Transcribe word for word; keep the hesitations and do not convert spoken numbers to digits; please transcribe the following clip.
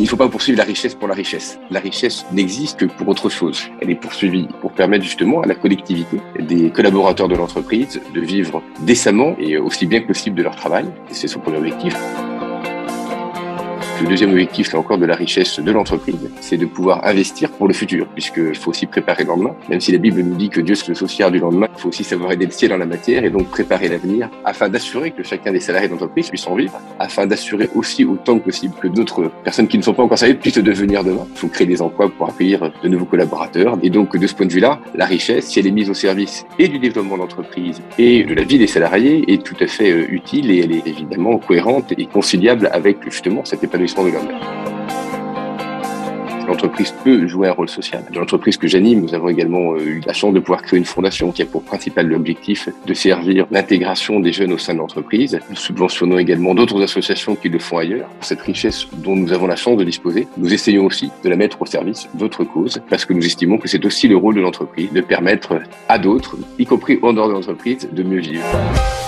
faut pas poursuivre la richesse pour la richesse. La richesse n'existe que pour autre chose. Elle est poursuivie pour permettre justement à la collectivité, des collaborateurs de l'entreprise, de vivre décemment et aussi bien que possible de leur travail. Et c'est son premier objectif. Le deuxième objectif, là encore, de la richesse de l'entreprise, c'est de pouvoir investir pour le futur, puisqu'il faut aussi préparer le lendemain. Même si la Bible nous dit que Dieu se souciera du lendemain, il faut aussi savoir aider le ciel en la matière et donc préparer l'avenir afin d'assurer que chacun des salariés d'entreprise puisse en vivre, afin d'assurer aussi autant que possible que d'autres personnes qui ne sont pas encore salariées puissent devenir demain. Il faut créer des emplois pour accueillir de nouveaux collaborateurs. Et donc, de ce point de vue-là, la richesse, si elle est mise au service et du développement de l'entreprise et de la vie des salariés, est tout à fait utile et elle est évidemment cohérente et conciliable avec justement cet épanouissement de l'homme. L'entreprise peut jouer un rôle social. Dans l'entreprise que j'anime, nous avons également eu la chance de pouvoir créer une fondation qui a pour principal objectif de servir l'intégration des jeunes au sein de l'entreprise. Nous subventionnons également d'autres associations qui le font ailleurs. Cette richesse dont nous avons la chance de disposer, nous essayons aussi de la mettre au service d'autres causes parce que nous estimons que c'est aussi le rôle de l'entreprise de permettre à d'autres, y compris en dehors de l'entreprise, de mieux vivre.